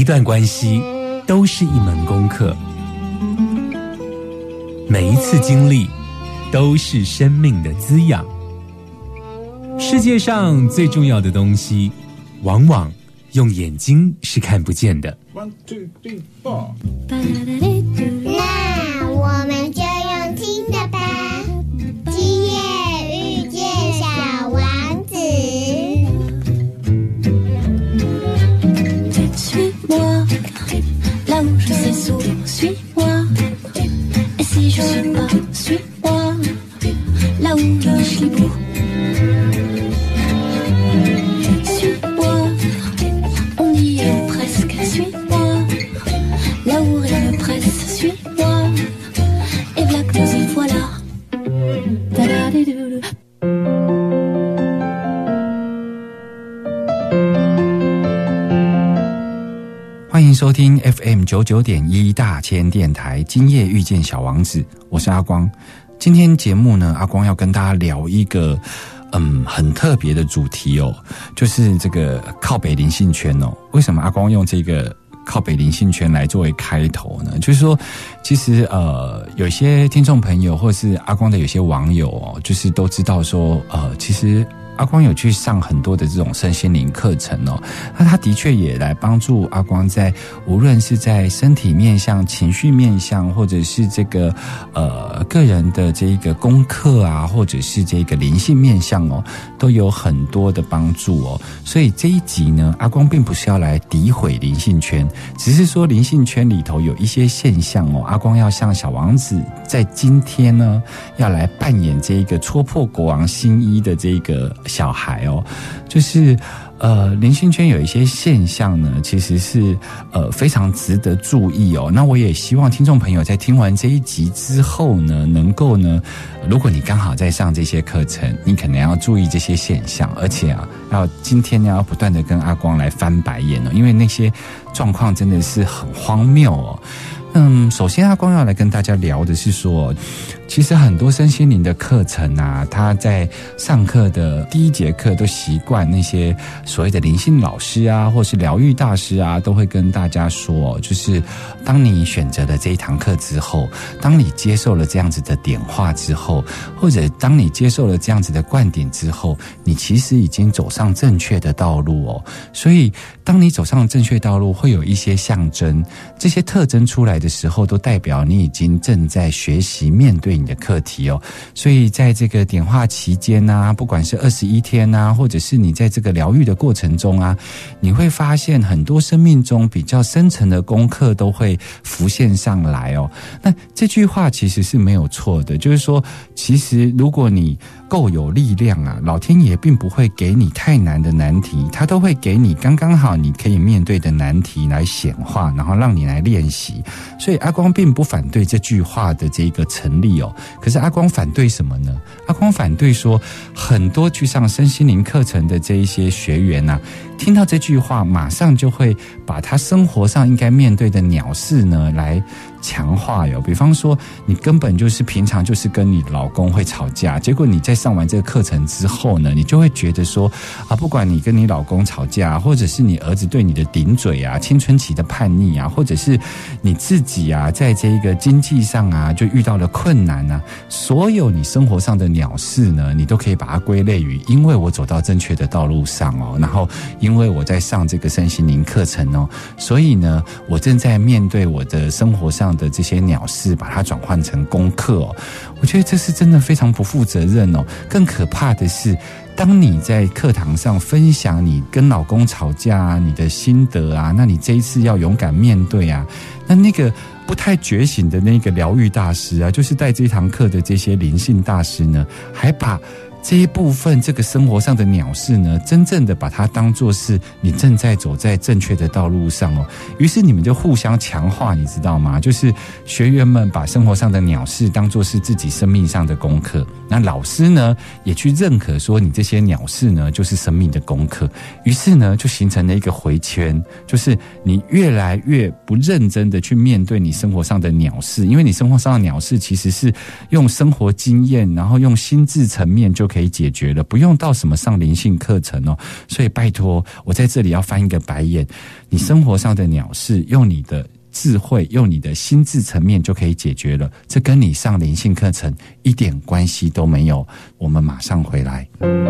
一段关系都是一门功课，每一次经历都是生命的滋养。世界上最重要的东西，往往用眼睛是看不见的。 1, 2, 3, 4。 那我们就用听的吧。今夜遇见小王子。 Suis-moi, là où je sais souvent, suis-moi. Et si je suis pas, suis-moi, là où je suis beau. Suis-moi, on y est presque, suis-moi, là où rien ne presse, suis-moi. Et voilà que nous y voilà. Ta-da-di-dou-dou. 欢迎收听 FM99.1 大千电台，今夜遇见小王子，我是阿光。今天节目呢，阿光要跟大家聊一个很特别的主题哦，就是这个靠北灵性圈哦。为什么阿光用这个靠北灵性圈来作为开头呢？就是说，其实有些听众朋友或是阿光的有些网友哦，就是都知道说其实阿光有去上很多的这种身心灵课程哦，那他的确也来帮助阿光在无论是在身体面向、情绪面向，或者是这个个人的这一个功课啊，或者是这个灵性面向哦，都有很多的帮助哦。所以这一集呢，阿光并不是要来诋毁灵性圈，只是说灵性圈里头有一些现象哦，阿光要向小王子在今天呢，要来扮演这一个戳破国王新衣的这个小孩哦，就是灵性圈有一些现象呢，其实是非常值得注意哦。那我也希望听众朋友在听完这一集之后呢，能够呢，如果你刚好在上这些课程，你可能要注意这些现象，而且今天要不断的跟阿光来翻白眼哦，因为那些状况真的是很荒谬哦。首先阿光要来跟大家聊的是说，其实很多身心灵的课程啊，他在上课的第一节课都习惯那些所谓的灵性老师啊，或是疗愈大师啊，都会跟大家说，就是当你选择了这一堂课之后，当你接受了这样子的点化之后，或者当你接受了这样子的灌顶之后，你其实已经走上正确的道路哦。所以当你走上正确道路，会有一些象征，这些特征出来的时候，都代表你已经正在学习面对你的课题哦。所以在这个点化期间啊，不管是21天啊，或者是你在这个疗愈的过程中啊，你会发现很多生命中比较深层的功课都会浮现上来哦。那这句话其实是没有错的，就是说，其实如果你够有力量啊，老天爷并不会给你太难的难题，他都会给你刚刚好你可以面对的难题来显化，然后让你来练习。所以阿光并不反对这句话的这个成立哦。可是阿光反对什么呢？阿光反对说，很多去上身心灵课程的这一些学员啊，听到这句话，马上就会把他生活上应该面对的鸟事呢来强化哟。比方说，你根本就是平常就是跟你老公会吵架，结果你在上完这个课程之后呢，你就会觉得说不管你跟你老公吵架，或者是你儿子对你的顶嘴啊，青春期的叛逆啊，或者是你自己啊，在这个经济上啊就遇到了困难啊，所有你生活上的鸟事呢，你都可以把它归类于因为我走到正确的道路上哦，然后因为我在上这个身心灵课程哦，所以呢，我正在面对我的生活上的这些鸟事，把它转换成功课哦。我觉得这是真的非常不负责任哦。更可怕的是，当你在课堂上分享你跟老公吵架啊，你的心得啊，那你这一次要勇敢面对啊。那个不太觉醒的那个疗愈大师啊，就是带这堂课的这些灵性大师呢，还把这一部分这个生活上的鸟事呢，真正的把它当作是你正在走在正确的道路上哦。于是你们就互相强化，你知道吗？就是学员们把生活上的鸟事当作是自己生命上的功课，那老师呢也去认可说你这些鸟事呢就是生命的功课。于是呢就形成了一个回圈，就是你越来越不认真的去面对你生活上的鸟事，因为你生活上的鸟事其实是用生活经验，然后用心智层面就可以解决了，不用到什么上灵性课程哦。所以拜托，我在这里要翻一个白眼，你生活上的鸟事，用你的智慧，用你的心智层面就可以解决了，这跟你上灵性课程一点关系都没有。我们马上回来。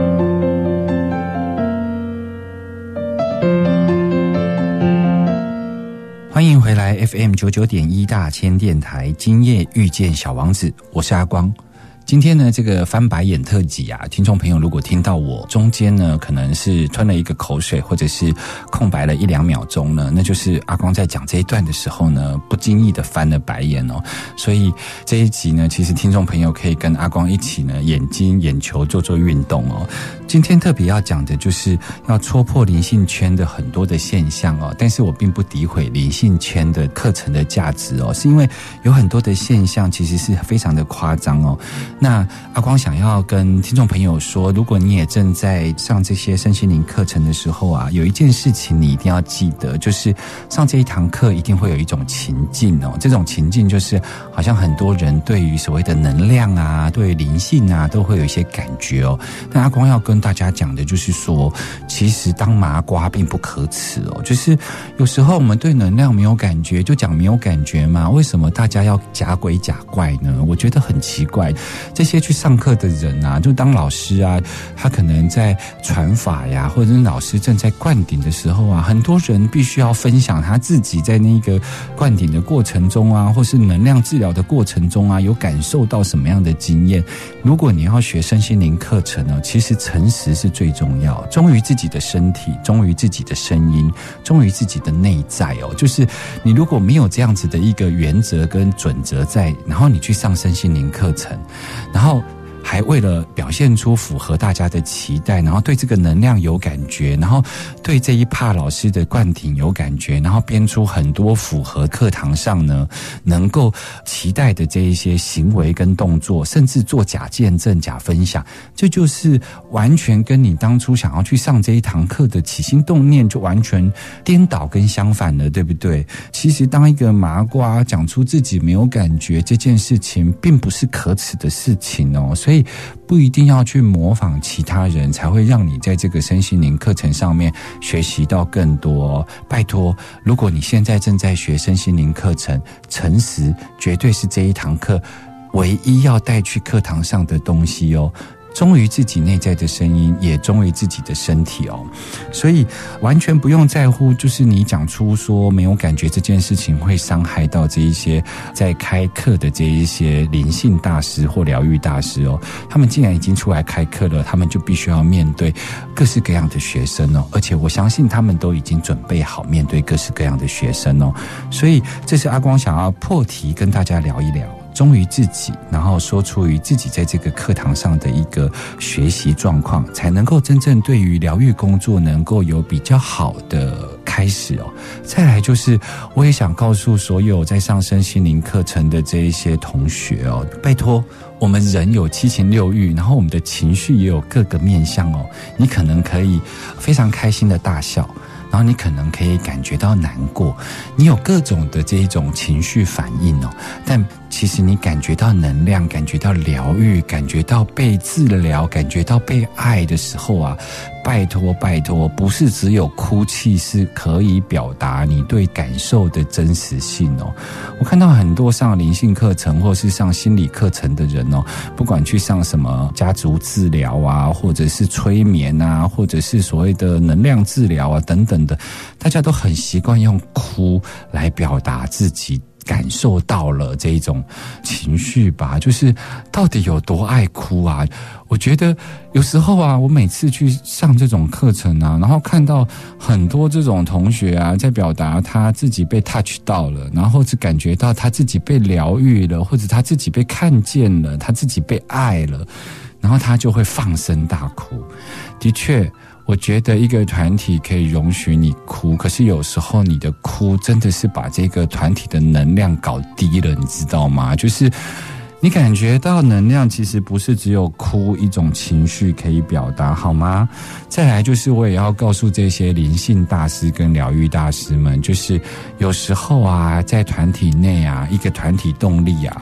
欢迎回来 FM 99.1大千电台，今夜遇见小王子，我是阿光。今天呢，这个翻白眼特辑啊，听众朋友如果听到我中间呢，可能是吞了一个口水，或者是空白了1-2秒钟呢，那就是阿光在讲这一段的时候呢，不经意的翻了白眼哦。所以这一集呢，其实听众朋友可以跟阿光一起呢，眼睛、眼球做运动哦。今天特别要讲的就是要戳破灵性圈的很多的现象哦，但是我并不诋毁灵性圈的课程的价值哦，是因为有很多的现象其实是非常的夸张哦。那阿光想要跟听众朋友说，如果你也正在上这些身心灵课程的时候啊，有一件事情你一定要记得，就是上这一堂课一定会有一种情境哦，这种情境就是好像很多人对于所谓的能量啊，对于灵性啊，都会有一些感觉哦。那阿光要跟大家讲的就是说，其实当麻瓜并不可耻哦，就是有时候我们对能量没有感觉，就讲没有感觉嘛，为什么大家要假鬼假怪呢？我觉得很奇怪。这些去上课的人啊，就当老师啊，他可能在传法呀，或者是老师正在灌顶的时候啊，很多人必须要分享他自己在那个灌顶的过程中啊，或是能量治疗的过程中啊，有感受到什么样的经验。如果你要学身心灵课程呢，其实诚实是最重要，忠于自己的身体，忠于自己的声音，忠于自己的内在哦。就是你如果没有这样子的一个原则跟准则在，然后你去上身心灵课程，然后还为了表现出符合大家的期待，然后对这个能量有感觉，然后对这一趴老师的灌顶有感觉，然后编出很多符合课堂上呢能够期待的这一些行为跟动作，甚至做假见证、假分享，这就是完全跟你当初想要去上这一堂课的起心动念就完全颠倒跟相反了，对不对？其实当一个麻瓜讲出自己没有感觉这件事情，并不是可耻的事情哦，所以不一定要去模仿其他人才会让你在这个身心灵课程上面学习到更多哦。拜托，如果你现在正在学身心灵课程，诚实绝对是这一堂课唯一要带去课堂上的东西哦。忠于自己内在的声音，也忠于自己的身体哦，所以完全不用在乎，就是你讲出说没有感觉这件事情会伤害到这一些在开课的这一些灵性大师或疗愈大师哦。他们既然已经出来开课了，他们就必须要面对各式各样的学生哦，而且我相信他们都已经准备好面对各式各样的学生哦。所以这是阿光想要破题跟大家聊一聊。忠于自己，然后说出于自己在这个课堂上的一个学习状况，才能够真正对于疗愈工作能够有比较好的开始哦。再来就是我也想告诉所有在上身心灵课程的这一些同学哦，拜托，我们人有七情六欲，然后我们的情绪也有各个面向哦。你可能可以非常开心的大笑，然后你可能可以感觉到难过，你有各种的这一种情绪反应哦。但其实你感觉到能量，感觉到疗愈，感觉到被治疗，感觉到被爱的时候啊，拜托拜托，不是只有哭泣是可以表达你对感受的真实性哦。我看到很多上灵性课程或是上心理课程的人哦，不管去上什么家族治疗啊，或者是催眠啊，或者是所谓的能量治疗啊等等的，大家都很习惯用哭来表达自己感受到了这一种情绪吧，就是到底有多爱哭啊？我觉得有时候啊，我每次去上这种课程啊，然后看到很多这种同学啊，在表达他自己被 touch 到了，然后只感觉到他自己被疗愈了，或者他自己被看见了，他自己被爱了，然后他就会放声大哭。的确，我觉得一个团体可以容许你哭，可是有时候你的哭真的是把这个团体的能量搞低了，你知道吗？就是你感觉到能量其实不是只有哭一种情绪可以表达，好吗？再来就是我也要告诉这些灵性大师跟疗愈大师们，就是有时候啊，在团体内啊，一个团体动力啊，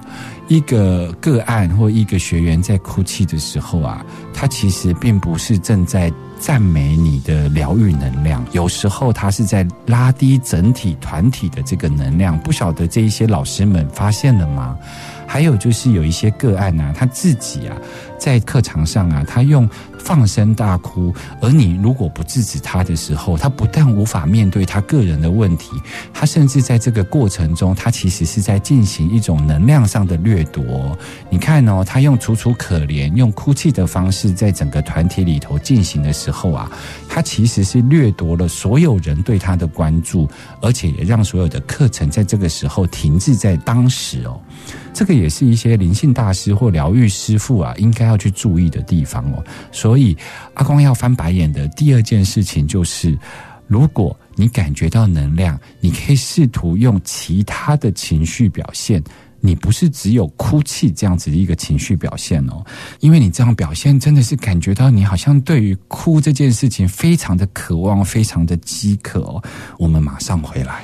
一个个案或一个学员在哭泣的时候啊，他其实并不是正在赞美你的疗愈能量，有时候他是在拉低整体团体的这个能量，不晓得这一些老师们发现了吗？还有就是有一些个案啊，他自己啊在课堂上啊，他用放声大哭，而你如果不制止他的时候，他不但无法面对他个人的问题，他甚至在这个过程中，他其实是在进行一种能量上的掠夺。你看哦，他用楚楚可怜、用哭泣的方式在整个团体里头进行的时候啊，他其实是掠夺了所有人对他的关注，而且也让所有的课程在这个时候停滞在当时哦。这个也是一些灵性大师或疗愈师傅啊，应该要去注意的地方哦。所以阿光要翻白眼的第二件事情就是，如果你感觉到能量，你可以试图用其他的情绪表现，你不是只有哭泣这样子的一个情绪表现哦，因为你这样表现真的是感觉到你好像对于哭这件事情非常的渴望，非常的饥渴哦。我们马上回来。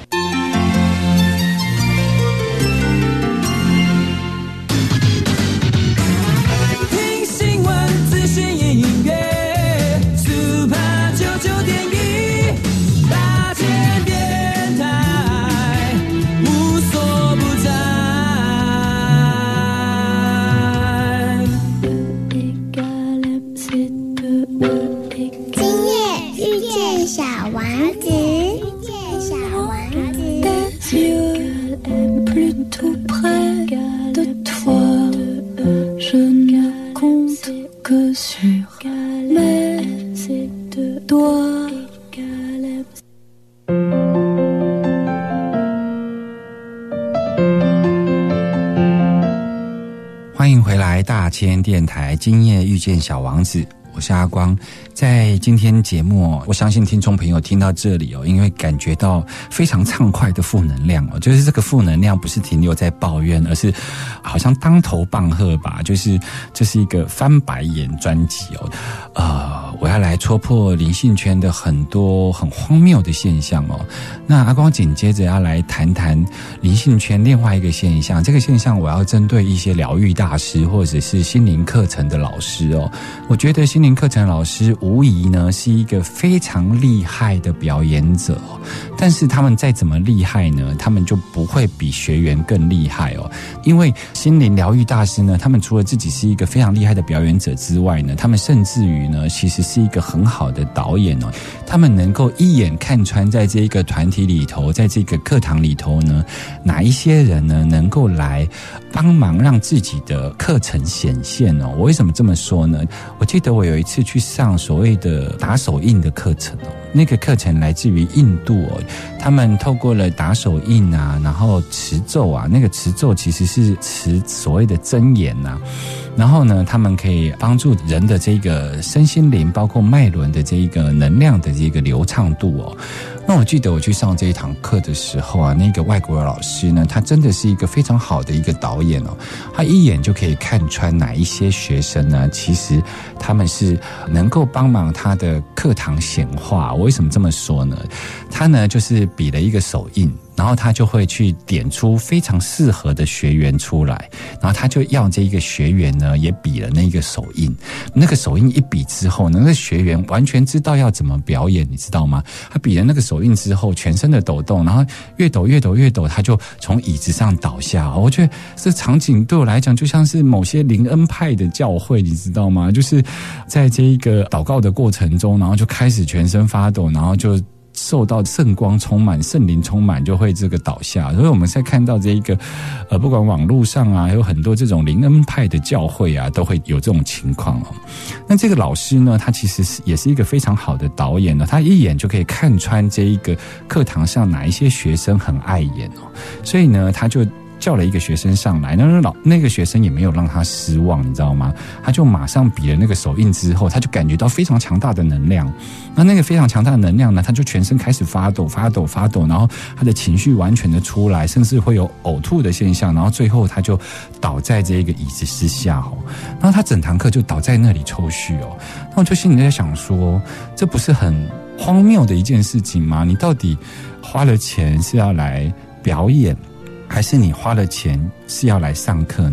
欢迎回来大千电台，今夜遇见小王子，我是阿光。在今天节目我相信听众朋友听到这里因为感觉到非常畅快的负能量就是这个负能量不是停留在抱怨，而是好像当头棒喝吧，就是这是一个翻白眼专辑我要来戳破灵性圈的很多很荒谬的现象那阿光紧接着要来谈谈灵性圈另外一个现象，这个现象我要针对一些疗愈大师或者是心灵课程的老师我觉得心灵课程老师无疑呢是一个非常厉害的表演者但是他们再怎么厉害呢，他们就不会比学员更厉害因为心灵疗愈大师呢，他们除了自己是一个非常厉害的表演者之外呢，他们甚至于呢其实是一个很好的导演他们能够一眼看穿在这个团体里头，在这个课堂里头呢，哪一些人呢能够来帮忙让自己的课程显现我为什么这么说呢？我记得我有一次去上所谓的打手印的课程那个课程来自于印度他们透过了打手印啊，然后持咒啊，那个持咒其实是持所谓的真言啊，然后呢他们可以帮助人的这个身心灵包括脉轮的这一个能量的这个流畅度那我记得我去上这一堂课的时候啊，那个外国的老师呢，他真的是一个非常好的一个导演他一眼就可以看穿哪一些学生呢，其实他们是能够帮忙他的课堂显化。我为什么这么说呢？他呢就是比了一个手印，然后他就会去点出非常适合的学员出来，然后他就要这一个学员呢也比了那个手印，那个手印一比之后呢，那个学员完全知道要怎么表演，你知道吗？他比了那个手印之后，全身的抖动，然后越抖越抖越抖，他就从椅子上倒下。我觉得这场景对我来讲就像是某些灵恩派的教会，你知道吗？就是在这一个祷告的过程中，然后就开始全身发抖，然后就受到圣光充满，圣灵充满，就会这个倒下。所以我们在看到这一个不管网络上啊，有很多这种灵恩派的教会啊，都会有这种情况那这个老师呢，他其实也是一个非常好的导演他一眼就可以看穿这一个课堂上哪一些学生很碍眼所以呢他就叫了一个学生上来，那个学生也没有让他失望，你知道吗？他就马上比了那个手印之后，他就感觉到非常强大的能量。那个非常强大的能量呢，他就全身开始发抖，然后他的情绪完全的出来，甚至会有呕吐的现象，然后最后他就倒在这个椅子之下然后他整堂课就倒在那里抽搐那我就心里在想说，这不是很荒谬的一件事情吗？你到底花了钱是要来表演，还是你花了钱是要来上课呢？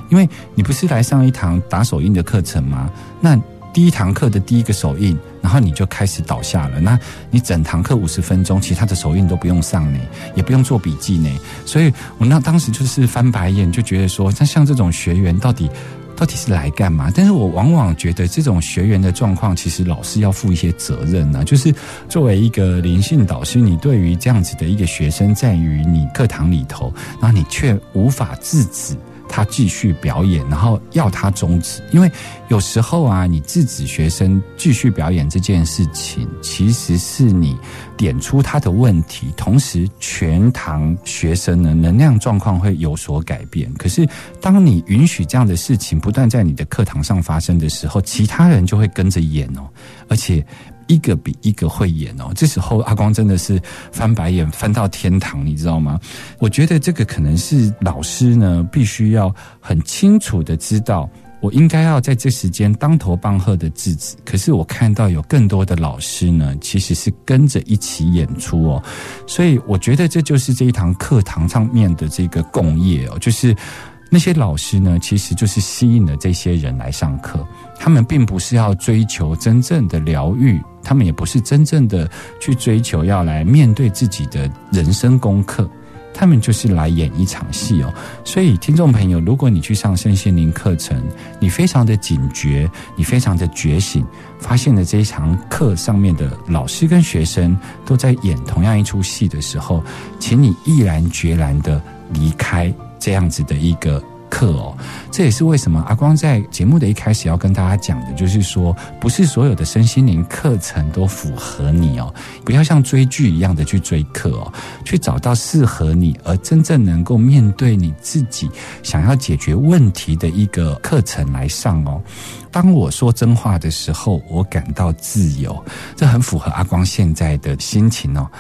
因为你不是来上一堂打手印的课程吗？那第一堂课的第一个手印，然后你就开始倒下了，那你整堂课50分钟其他的手印都不用上呢，也不用做笔记呢。所以我当时就是翻白眼，就觉得说那像这种学员到底是来干嘛？但是我往往觉得这种学员的状况，其实老师要负一些责任啊。就是作为一个灵性导师，你对于这样子的一个学生，在于你课堂里头，然后你却无法制止他继续表演，然后要他终止。因为有时候啊，你制止学生继续表演这件事情，其实是你点出他的问题，同时全堂学生呢能量状况会有所改变。可是当你允许这样的事情不断在你的课堂上发生的时候，其他人就会跟着演哦，而且一个比一个会演哦。这时候阿光真的是翻白眼翻到天堂，你知道吗？我觉得这个可能是老师呢必须要很清楚的知道，我应该要在这时间当头棒喝的制止。可是我看到有更多的老师呢，其实是跟着一起演出哦。所以我觉得这就是这一堂课堂上面的这个共业哦，就是那些老师呢，其实就是吸引了这些人来上课。他们并不是要追求真正的疗愈，他们也不是真正的去追求要来面对自己的人生功课，他们就是来演一场戏哦。所以听众朋友，如果你去上身心灵课程，你非常的警觉，你非常的觉醒，发现了这一堂课上面的老师跟学生都在演同样一出戏的时候，请你毅然决然的离开这样子的一个课哦。这也是为什么阿光在节目的一开始要跟大家讲的，就是说不是所有的身心灵课程都符合你哦，不要像追剧一样的去追课哦，去找到适合你而真正能够面对你自己想要解决问题的一个课程来上哦。当我说真话的时候，我感到自由，这很符合阿光现在的心情哦。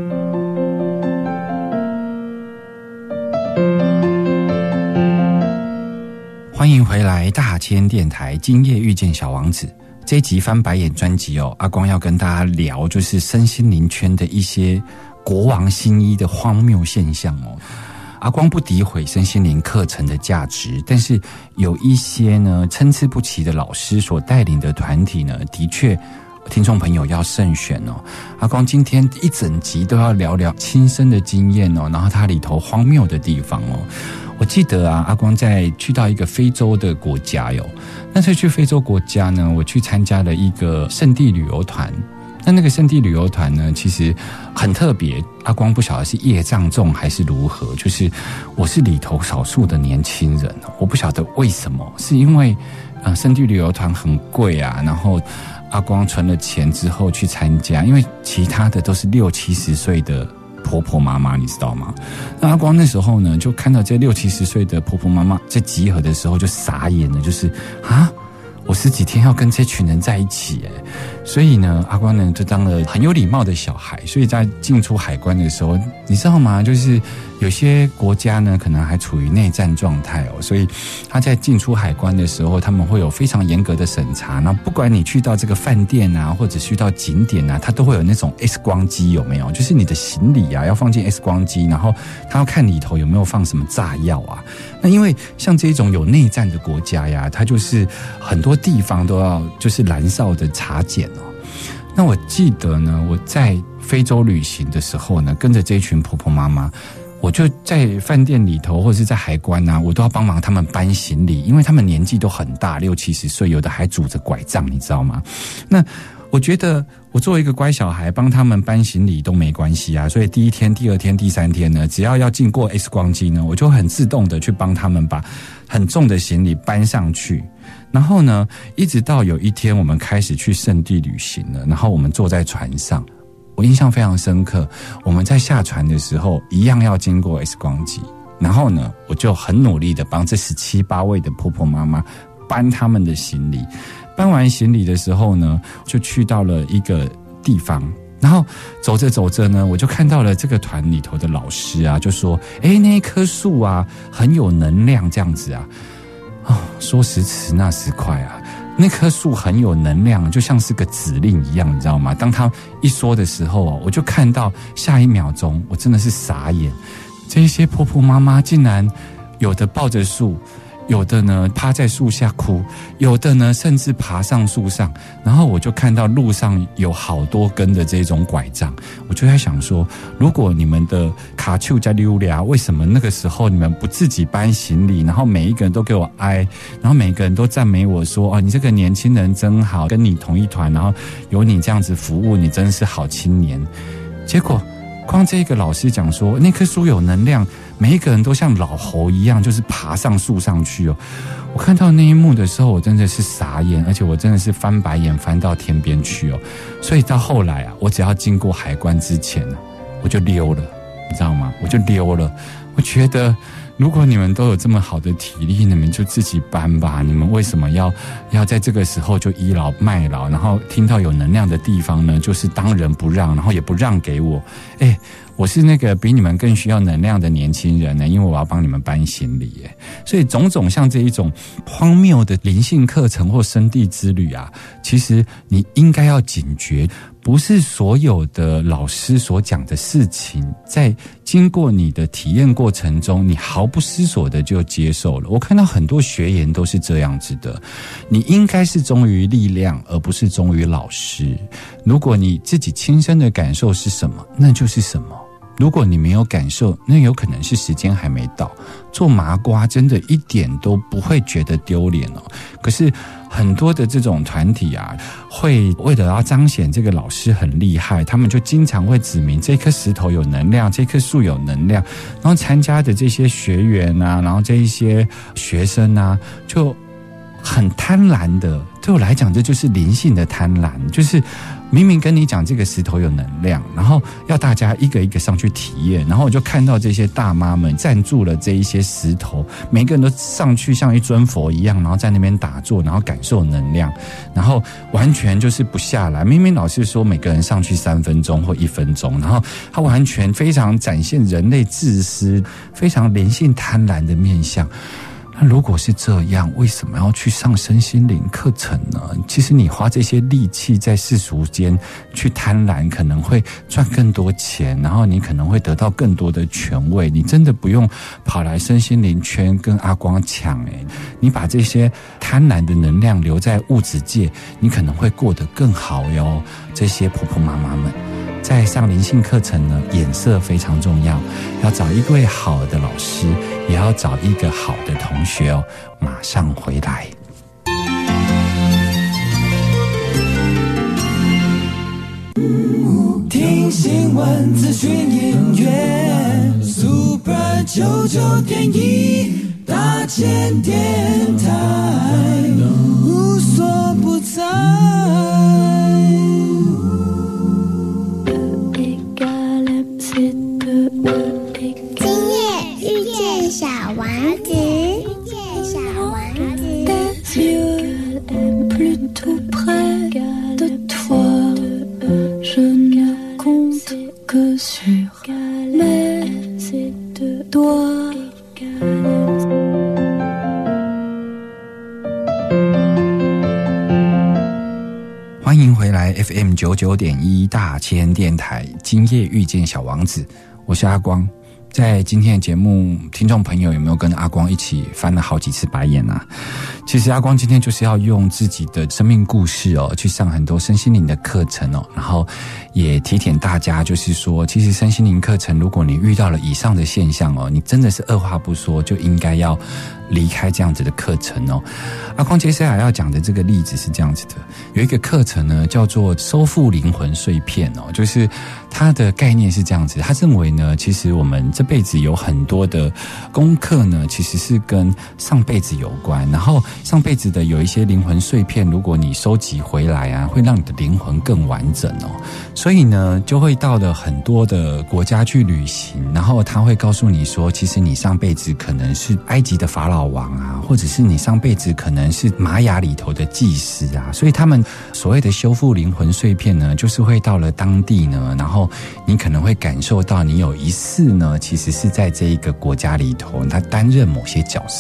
欢迎回来大千电台，今夜遇见小王子。这一集翻白眼专辑哦，阿光要跟大家聊就是身心灵圈的一些国王新衣的荒谬现象哦。阿光不诋毁身心灵课程的价值，但是有一些呢参差不齐的老师所带领的团体呢，的确听众朋友要慎选哦。阿光今天一整集都要聊聊亲身的经验哦，然后它里头荒谬的地方哦。我记得啊，阿光在去到一个非洲的国家哟。那次去非洲国家呢，我去参加了一个圣地旅游团。那个圣地旅游团呢，其实很特别。阿光不晓得是业障重还是如何，就是我是里头少数的年轻人，我不晓得为什么，是因为圣地旅游团很贵啊，然后阿光存了钱之后去参加，因为其他的都是60-70岁的婆婆妈妈，你知道吗？那阿光那时候呢，就看到这60-70岁的婆婆妈妈在集合的时候就傻眼了，就是啊，我10几天要跟这群人在一起耶。所以呢，阿光呢就当了很有礼貌的小孩，所以在进出海关的时候，你知道吗？就是有些国家呢可能还处于内战状态哦，所以他在进出海关的时候，他们会有非常严格的审查。那不管你去到这个饭店啊，或者去到景点啊，他都会有那种 X 光机，有没有？就是你的行李啊要放进 X 光机，然后他要看里头有没有放什么炸药啊。那因为像这种有内战的国家呀，它就是很多地方都要就是燃烧的查检哦。那我记得呢，我在非洲旅行的时候呢，跟着这群婆婆妈妈，我就在饭店里头或者是在海关啊，我都要帮忙他们搬行李，因为他们年纪都很大，60-70岁，有的还拄着拐杖，你知道吗？那我觉得我作为一个乖小孩，帮他们搬行李都没关系啊，所以第1天、第2天、第3天呢，只要经过 X 光机呢，我就很自动的去帮他们把很重的行李搬上去。然后呢，一直到有一天我们开始去圣地旅行了，然后我们坐在船上，我印象非常深刻，我们在下船的时候一样要经过 X 光机，然后呢，我就很努力的帮这17、8位的婆婆妈妈搬他们的行李。搬完行李的时候呢，就去到了一个地方，然后走着走着呢，我就看到了这个团里头的老师啊，就说那一棵树啊很有能量这样子啊。说时迟那时快啊，那棵树很有能量，就像是个指令一样，你知道吗？当他一说的时候我就看到下一秒钟，我真的是傻眼，这些婆婆妈妈竟然有的抱着树， 有的呢趴在树下哭，有的呢甚至爬上树上，然后我就看到路上有好多根的这种拐杖，我就在想说，如果你们的卡丘在溜达，为什么那个时候你们不自己搬行李，然后每一个人都给我挨，然后每个人都赞美我说，哦，你这个年轻人真好，跟你同一团，然后有你这样子服务，你真是好青年。结果光这个老师讲说那棵树有能量，每一个人都像老猴一样就是爬上树上去哦。我看到那一幕的时候，我真的是傻眼，而且我真的是翻白眼翻到天边去哦。所以到后来啊，我只要经过海关之前我就溜了，你知道吗？我就溜了。我觉得如果你们都有这么好的体力，你们就自己搬吧，你们为什么要在这个时候就倚老卖老，然后听到有能量的地方呢就是当仁不让，然后也不让给我。我是那个比你们更需要能量的年轻人呢，因为我要帮你们搬行李耶。所以种种像这一种荒谬的灵性课程或生地之旅啊，其实你应该要警觉，不是所有的老师所讲的事情，在经过你的体验过程中，你毫不思索的就接受了。我看到很多学员都是这样子的，你应该是忠于力量，而不是忠于老师。如果你自己亲身的感受是什么，那就是什么。如果你没有感受，那有可能是时间还没到。做麻瓜真的一点都不会觉得丢脸哦。可是很多的这种团体啊，会为了要彰显这个老师很厉害，他们就经常会指明这颗石头有能量，这棵树有能量，然后参加的这些学员啊，然后这一些学生啊，就很贪婪的。对我来讲，这就是灵性的贪婪，就是明明跟你讲这个石头有能量，然后要大家一个一个上去体验，然后我就看到这些大妈们站住了这一些石头，每个人都上去像一尊佛一样，然后在那边打坐，然后感受能量，然后完全就是不下来。明明老师说每个人上去3分钟或1分钟，然后他完全非常展现人类自私、非常灵性贪婪的面向。那如果是这样，为什么要去上身心灵课程呢？其实你花这些力气在世俗间去贪婪，可能会赚更多钱，然后你可能会得到更多的权位，你真的不用跑来身心灵圈跟阿光抢你把这些贪婪的能量留在物质界，你可能会过得更好哟。这些婆婆妈妈们在上灵性课程呢，眼色非常重要，要找一位好的老师，也要找一个好的同学哦。马上回来。 听新闻、资讯、音乐 ，Super 99.1大千电台，无所不在。 今夜遇见小王子，遇见小王子。 plutôt près de toi, je ne compte que sur mes doigts. 欢迎回来 FM 99.1大千电台，今夜遇见小王子，我是阿光。在今天的节目，听众朋友有没有跟阿光一起翻了好几次白眼啊？其实阿光今天就是要用自己的生命故事哦，去上很多身心灵的课程哦，然后也提点大家，就是说，其实身心灵课程，如果你遇到了以上的现象哦，你真的是二话不说就应该要离开这样子的课程哦。阿光接下来要讲的这个例子是这样子的，有一个课程呢叫做收复灵魂碎片哦，就是它的概念是这样子，他认为呢，其实我们这辈子有很多的功课呢，其实是跟上辈子有关，然后上辈子的有一些灵魂碎片，如果你收集回来啊，会让你的灵魂更完整哦。所以呢，就会到了很多的国家去旅行，然后他会告诉你说，其实你上辈子可能是埃及的法老王啊，或者是你上辈子可能是玛雅里头的祭司啊。所以他们所谓的修复灵魂碎片呢，就是会到了当地呢，然后你可能会感受到你有一世呢，其实是在这一个国家里头，他担任某些角色哦。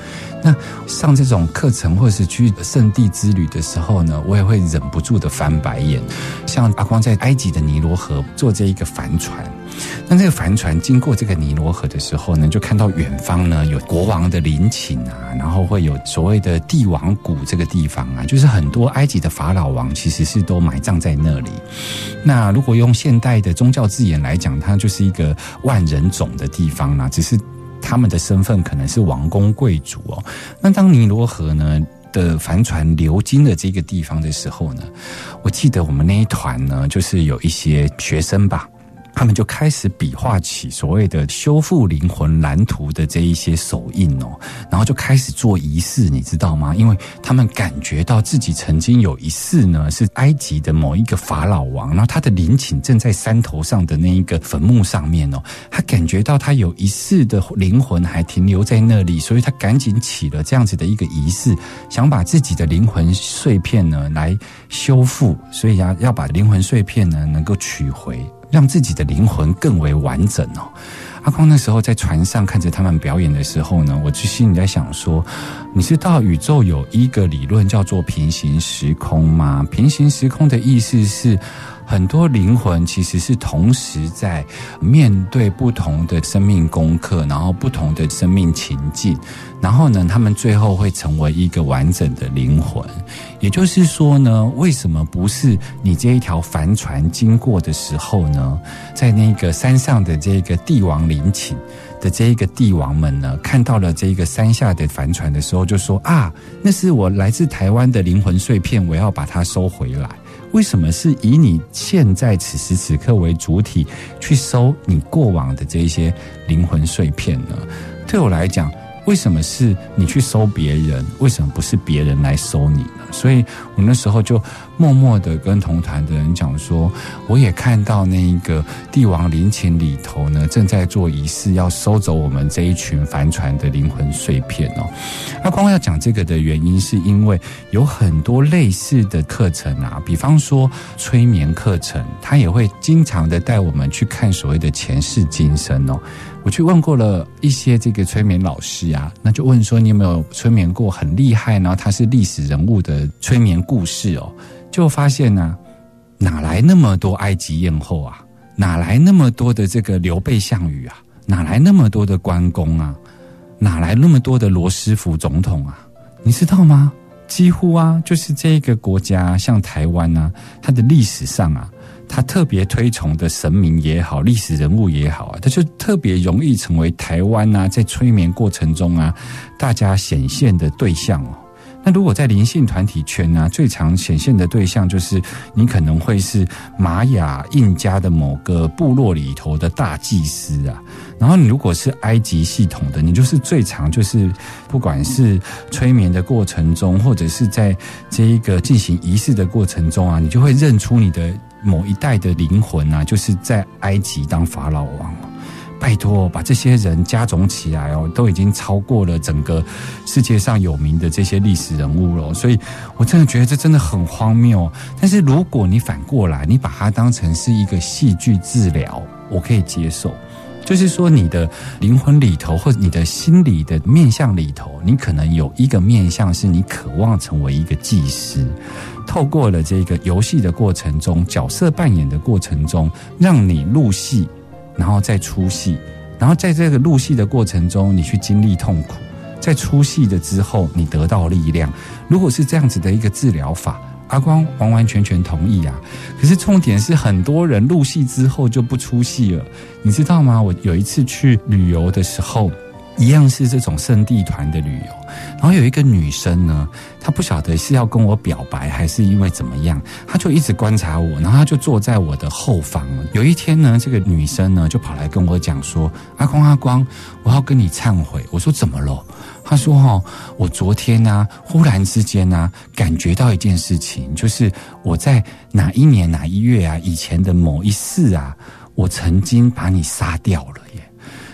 那上这种课程或是去圣地之旅的时候呢，我也会忍不住的翻白眼。像阿光在埃及的尼罗河坐这一个帆船，那这个帆船经过这个尼罗河的时候呢，就看到远方呢有国王的陵寝啊，然后会有所谓的帝王谷这个地方啊，就是很多埃及的法老王其实是都埋葬在那里。那如果用现代的宗教字眼来讲，它就是一个万人冢的地方啦，只是他们的身份可能是王公贵族哦。那当尼罗河呢的帆船流经了这个地方的时候呢，我记得我们那一团呢，就是有一些学生吧，他们就开始比划起所谓的修复灵魂蓝图的这一些手印哦，然后就开始做仪式，你知道吗？因为他们感觉到自己曾经有一世呢，是埃及的某一个法老王，然后他的陵寝正在山头上的那一个坟墓上面哦，他感觉到他有一世的灵魂还停留在那里，所以他赶紧起了这样子的一个仪式，想把自己的灵魂碎片呢来修复，所以要把灵魂碎片呢能够取回，让自己的灵魂更为完整哦。阿光那时候在船上看着他们表演的时候呢，我就心里在想说，你知道宇宙有一个理论叫做平行时空吗？平行时空的意思是很多灵魂其实是同时在面对不同的生命功课，然后不同的生命情境，然后呢他们最后会成为一个完整的灵魂。也就是说呢，为什么不是你这一条帆船经过的时候呢，在那个山上的这个帝王陵寝的这一个帝王们呢，看到了这个山下的帆船的时候就说啊，那是我来自台湾的灵魂碎片，我要把它收回来。为什么是以你现在此时此刻为主体去收你过往的这一些灵魂碎片呢？对我来讲，为什么是你去收别人，为什么不是别人来收你呢？所以我那时候就默默的跟同团的人讲说，我也看到那一个帝王陵寝里头呢，正在做仪式，要收走我们这一群帆船的灵魂碎片哦。那光要讲这个的原因，是因为有很多类似的课程啊，比方说催眠课程，它也会经常的带我们去看所谓的前世今生哦。我去问过了一些这个催眠老师啊，那就问说你有没有催眠过很厉害，然后他是历史人物的催眠故事哦，就发现啊，哪来那么多埃及艳后啊，哪来那么多的这个刘备项羽啊，哪来那么多的关公啊，哪来那么多的罗斯福总统啊？你知道吗？几乎啊，就是这个国家像台湾啊，它的历史上啊，他特别推崇的神明也好，历史人物也好啊，他就特别容易成为台湾啊，在催眠过程中啊，大家显现的对象哦。那如果在灵性团体圈啊，最常显现的对象就是你可能会是玛雅印加的某个部落里头的大祭司啊，然后你如果是埃及系统的，你就是最常就是不管是催眠的过程中，或者是在这一个进行仪式的过程中啊，你就会认出你的某一代的灵魂啊，就是在埃及当法老王。拜托，把这些人加总起来哦，都已经超过了整个世界上有名的这些历史人物了。所以我真的觉得这真的很荒谬。但是如果你反过来，你把它当成是一个戏剧治疗，我可以接受。就是说你的灵魂里头，或者你的心理的面向里头，你可能有一个面向是你渴望成为一个祭司，透过了这个游戏的过程中，角色扮演的过程中，让你入戏然后再出戏，然后在这个入戏的过程中你去经历痛苦，在出戏的之后你得到力量。如果是这样子的一个治疗法，阿光完完全全同意啊。可是重点是很多人入戏之后就不出戏了，你知道吗？我有一次去旅游的时候，一样是这种圣地团的旅游，然后有一个女生呢，她不晓得是要跟我表白还是因为怎么样，她就一直观察我，然后她就坐在我的后方。有一天呢，这个女生呢就跑来跟我讲说，阿光，我要跟你忏悔。我说怎么了？她说我昨天啊，忽然之间啊，感觉到一件事情，就是我在哪一年哪一月啊，以前的某一世啊，我曾经把你杀掉了耶。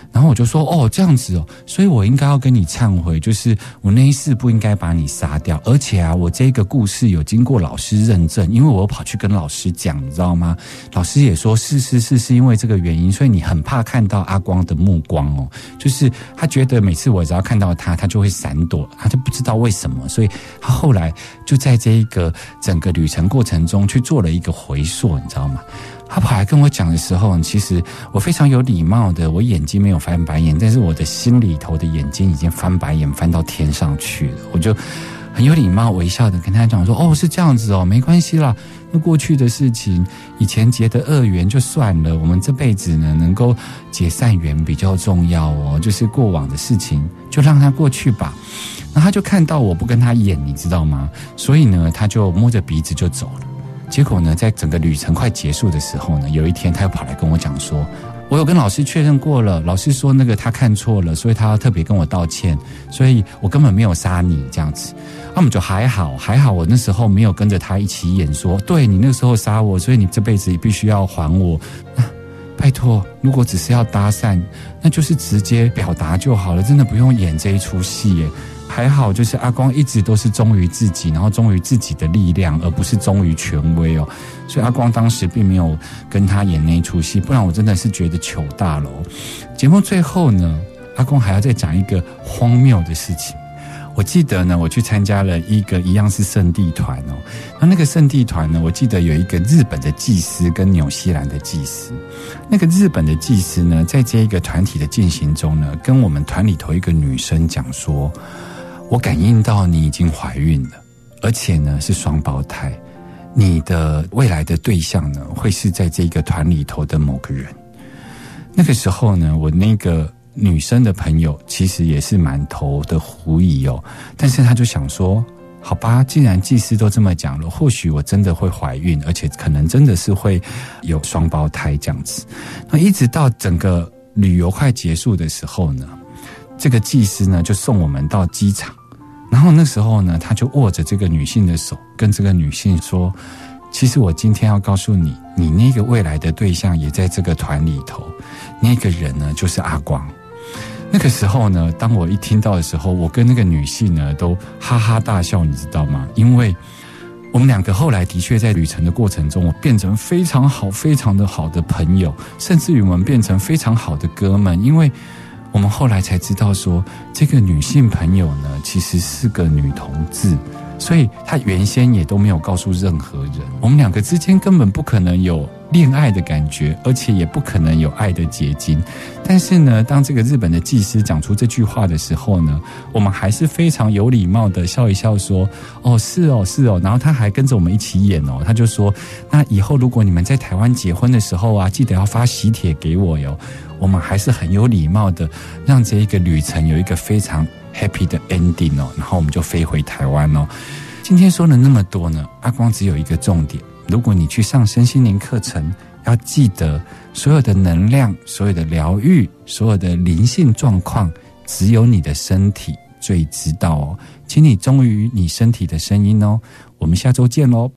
然后我就说哦这样子哦，所以我应该要跟你忏悔，就是我那一世不应该把你杀掉，而且啊我这个故事有经过老师认证，因为我跑去跟老师讲，你知道吗？老师也说是因为这个原因，所以你很怕看到阿光的目光哦，就是他觉得每次我只要看到他就会闪躲，他就不知道为什么，所以他后来就在这一个整个旅程过程中去做了一个回溯，你知道吗？他跑来跟我讲的时候，其实我非常有礼貌的，我眼睛没有翻白眼，但是我的心里头的眼睛已经翻白眼翻到天上去了。我就很有礼貌微笑的跟他讲说，哦是这样子哦，没关系啦，那过去的事情以前结的恶缘就算了，我们这辈子呢能够结善缘比较重要哦，就是过往的事情就让它过去吧。那他就看到我不跟他演，你知道吗？所以呢他就摸着鼻子就走了。结果呢在整个旅程快结束的时候呢，有一天他又跑来跟我讲说，我有跟老师确认过了，老师说那个他看错了，所以他要特别跟我道歉，所以我根本没有杀你这样子。那么就还好我那时候没有跟着他一起演说，对，你那个时候杀我，所以你这辈子也必须要还我。拜托，如果只是要搭讪，那就是直接表达就好了，真的不用演这一出戏耶。还好就是阿光一直都是忠于自己，然后忠于自己的力量，而不是忠于权威哦。所以阿光当时并没有跟他演那一出戏，不然我真的是觉得糗大了哦。节目最后呢，阿光还要再讲一个荒谬的事情。我记得呢，我去参加了一样是圣地团哦。那个圣地团呢，我记得有一个日本的祭司跟纽西兰的祭司。那个日本的祭司呢，在这一个团体的进行中呢，跟我们团里头一个女生讲说，我感应到你已经怀孕了，而且呢是双胞胎，你的未来的对象呢会是在这个团里头的某个人。那个时候呢，我那个女生的朋友其实也是满头的狐疑哦，但是她就想说，好吧，既然祭司都这么讲了，或许我真的会怀孕，而且可能真的是会有双胞胎这样子。那一直到整个旅游快结束的时候呢，这个祭司呢就送我们到机场，然后那时候呢他就握着这个女性的手，跟这个女性说，其实我今天要告诉你，你那个未来的对象也在这个团里头，那个人呢就是阿光。那个时候呢，当我一听到的时候，我跟那个女性呢都哈哈大笑，你知道吗？因为我们两个后来的确在旅程的过程中，我变成非常的好的朋友，甚至于我们变成非常好的哥们。因为我们后来才知道说，这个女性朋友呢其实是个女同志，所以她原先也都没有告诉任何人，我们两个之间根本不可能有恋爱的感觉，而且也不可能有爱的结晶。但是呢，当这个日本的祭司讲出这句话的时候呢，我们还是非常有礼貌的笑一笑说，哦是哦，然后他还跟着我们一起演哦，他就说，那以后如果你们在台湾结婚的时候啊，记得要发喜帖给我哟。我们还是很有礼貌的让这一个旅程有一个非常 happy 的 ending 哦，然后我们就飞回台湾哦。今天说了那么多呢，阿光只有一个重点，如果你去上身心灵课程，要记得所有的能量，所有的疗愈，所有的灵性状况，只有你的身体最知道哦。请你忠于你身体的声音哦。我们下周见咯。